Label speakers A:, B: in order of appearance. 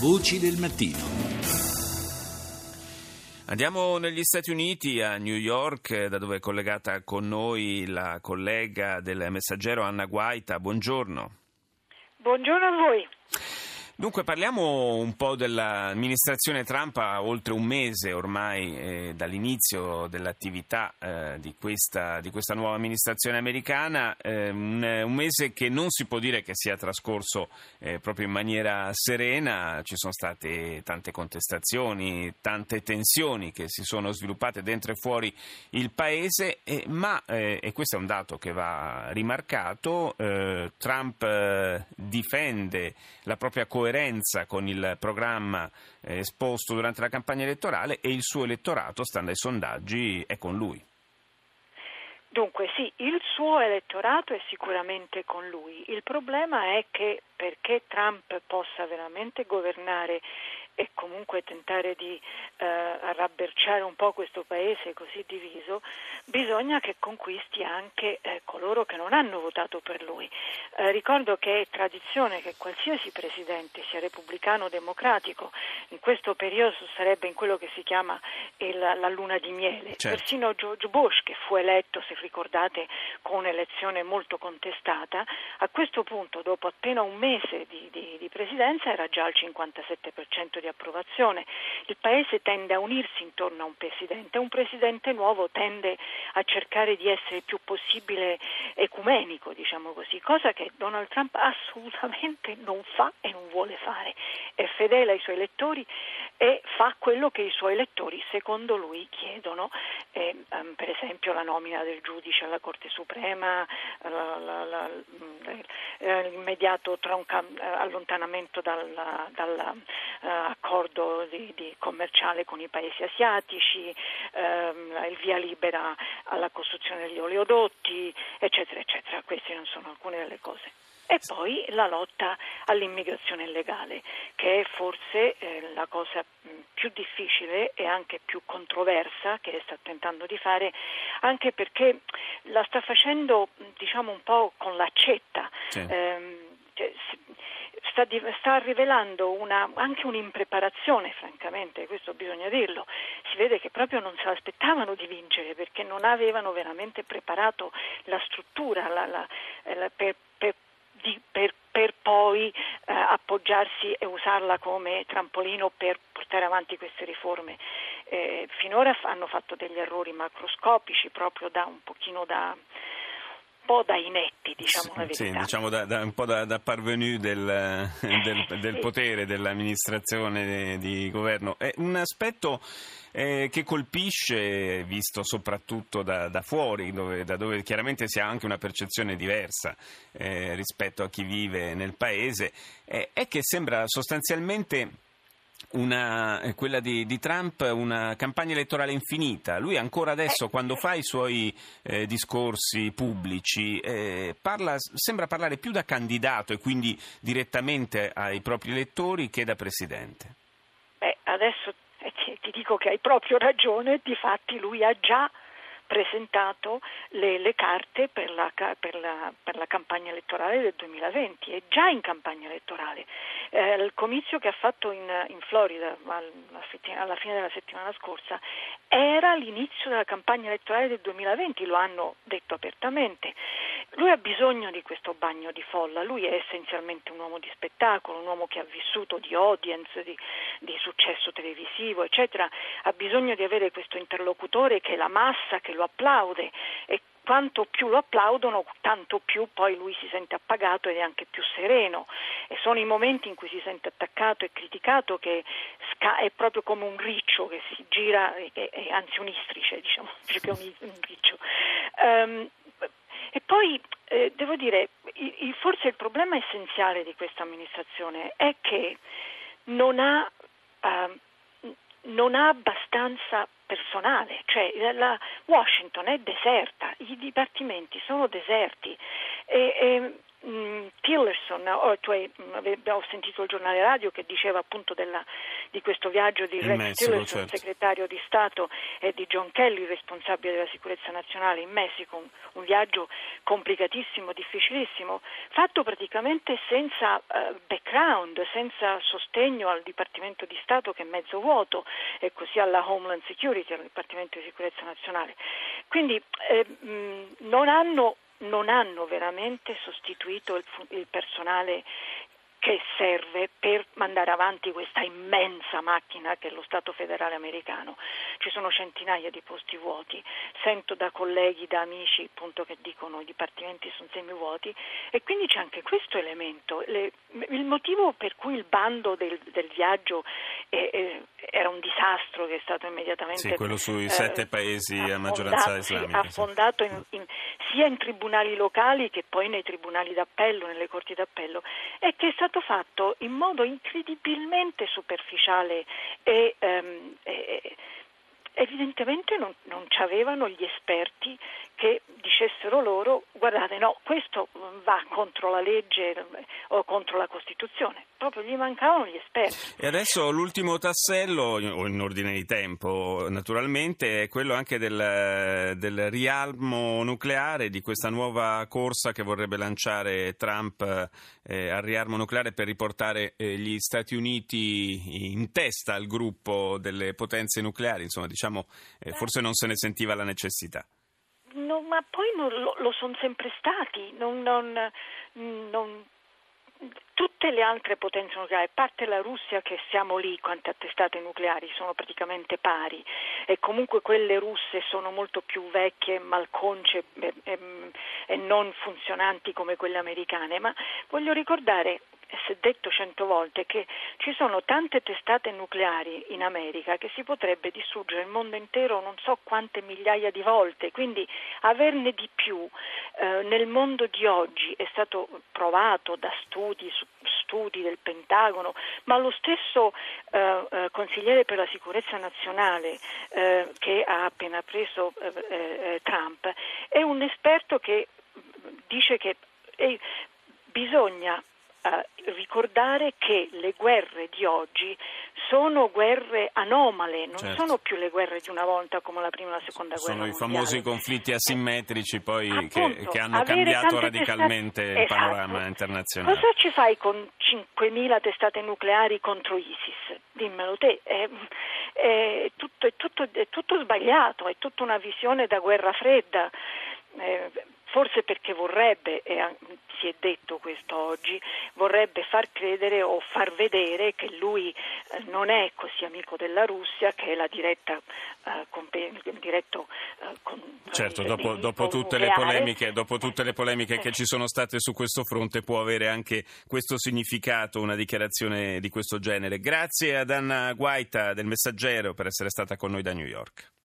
A: Voci del mattino.
B: Andiamo negli Stati Uniti, a New York, da dove è collegata con noi la collega del Messaggero Anna Guaita. Buongiorno.
C: Buongiorno a voi.
B: Dunque parliamo un po' dell'amministrazione Trump a oltre un mese ormai dall'inizio dell'attività di questa nuova amministrazione americana, un mese che non si può dire che sia trascorso proprio in maniera serena. Ci sono state tante contestazioni, tante tensioni che si sono sviluppate dentro e fuori il paese, ma e questo è un dato che va rimarcato, Trump difende la propria coerenza con il programma esposto durante la campagna elettorale e il suo elettorato, stando ai sondaggi, è con lui.
C: Dunque sì, il suo elettorato è sicuramente con lui. Il problema è che perché Trump possa veramente governare e comunque tentare di rabberciare un po' questo paese così diviso, bisogna che conquisti anche coloro che non hanno votato per lui. Ricordo che è tradizione che qualsiasi presidente, sia repubblicano o democratico, in questo periodo sarebbe in quello che si chiama la luna di miele.
B: Certo.
C: Persino George Bush, che fu eletto, se ricordate, con un'elezione molto contestata, a questo punto, dopo appena un mese di presidenza, era già al 57% di approvazione. Il paese tende a unirsi intorno a un presidente nuovo tende a cercare di essere il più possibile ecumenico, diciamo così, cosa che Donald Trump assolutamente non fa e non vuole fare. È fedele ai suoi elettori e fa quello che i suoi elettori secondo lui chiedono, per esempio la nomina del giudice alla Corte Suprema, l'immediato allontanamento dall'accordo di commerciale con i paesi asiatici, il via libera alla costruzione degli oleodotti, eccetera, eccetera. Queste non sono alcune delle cose. E poi la lotta all'immigrazione illegale, che è forse la cosa più difficile e anche più controversa che sta tentando di fare, anche perché la sta facendo, diciamo, un po' con l'accetta.
B: Sì.
C: Sta rivelando anche un'impreparazione, francamente, questo bisogna dirlo. Si vede che proprio non se l'aspettavano di vincere, perché non avevano veramente preparato la struttura per poi appoggiarsi e usarla come trampolino per portare avanti queste riforme. Finora hanno fatto degli errori macroscopici, proprio un po' da inetti, diciamo la verità.
B: Sì, diciamo un po' da parvenu del
C: Sì.
B: potere dell'amministrazione di governo. È un aspetto che colpisce, visto soprattutto da fuori, da dove chiaramente si ha anche una percezione diversa rispetto a chi vive nel paese, è che sembra sostanzialmente quella di Trump una campagna elettorale infinita. Lui ancora adesso, quando fa i suoi discorsi pubblici, sembra parlare più da candidato e quindi direttamente ai propri elettori che da presidente.
C: Adesso ti dico che hai proprio ragione. Difatti lui ha già presentato le carte per la campagna elettorale del 2020, è già in campagna elettorale. Il comizio che ha fatto in Florida alla fine della settimana scorsa era l'inizio della campagna elettorale del 2020, lo hanno detto apertamente. Lui ha bisogno di questo bagno di folla, lui è essenzialmente un uomo di spettacolo, un uomo che ha vissuto di audience, di successo televisivo, eccetera, ha bisogno di avere questo interlocutore che è la massa, che lo applaude, e quanto più lo applaudono, tanto più poi lui si sente appagato ed è anche più sereno, e sono i momenti in cui si sente attaccato e criticato che è proprio come un riccio che si gira, anzi un'istrice, diciamo, più che un riccio. E poi devo dire, forse il problema essenziale di questa amministrazione è che non ha abbastanza personale, cioè la Washington è deserta, i dipartimenti sono deserti. Tillerson, ho sentito il giornale radio che diceva appunto di questo viaggio di Rex Tillerson, segretario di Stato, e di John Kelly, responsabile della sicurezza nazionale in Messico, un viaggio complicatissimo, difficilissimo, fatto praticamente senza background, senza sostegno al Dipartimento di Stato che è mezzo vuoto, e così alla Homeland Security, al Dipartimento di Sicurezza Nazionale. Quindi non hanno veramente sostituito il personale che serve per mandare avanti questa immensa macchina che è lo Stato federale americano. Ci sono centinaia di posti vuoti, sento da colleghi, da amici appunto che dicono i dipartimenti sono semivuoti, e quindi c'è anche questo elemento. Il motivo per cui il bando del viaggio era un disastro, che è stato immediatamente
B: quello sui 7 paesi a maggioranza islamica,
C: affondato sia in tribunali locali che poi nei tribunali d'appello, nelle corti d'appello, è che è stato fatto in modo incredibilmente superficiale e evidentemente non c'avevano gli esperti che dicessero loro: guardate, no, questo va contro la legge o contro la Costituzione. Proprio gli mancavano gli esperti.
B: E adesso l'ultimo tassello, o in ordine di tempo naturalmente, è quello anche del riarmo nucleare, di questa nuova corsa che vorrebbe lanciare Trump al riarmo nucleare per riportare gli Stati Uniti in testa al gruppo delle potenze nucleari. Insomma, diciamo, forse non se ne sentiva la necessità.
C: No, ma poi lo sono sempre stati. Tutte le altre potenze nucleari, a parte la Russia, che siamo lì quanto a testate nucleari, sono praticamente pari, e comunque quelle russe sono molto più vecchie, malconce e non funzionanti come quelle americane. Ma voglio ricordare, si è detto 100 volte, che ci sono tante testate nucleari in America che si potrebbe distruggere il mondo intero non so quante migliaia di volte, quindi averne di più nel mondo di oggi è stato provato da studi del Pentagono, ma lo stesso consigliere per la sicurezza nazionale che ha appena preso Trump è un esperto che dice che bisogna ricordare che le guerre di oggi sono guerre anomale, non sono più le guerre di una volta come la prima e la seconda guerra mondiale.
B: Sono i famosi conflitti asimmetrici poi appunto, che hanno cambiato radicalmente il panorama internazionale.
C: Cosa ci fai con 5.000 testate nucleari contro ISIS? Dimmelo te. È tutto sbagliato, è tutta una visione da guerra fredda. Forse perché vorrebbe, e si è detto questo oggi, vorrebbe far credere o far vedere che lui non è così amico della Russia, che è la diretto
B: certo, dopo tutte le polemiche che ci sono state su questo fronte, può avere anche questo significato una dichiarazione di questo genere. Grazie ad Anna Guaita del Messaggero per essere stata con noi da New York.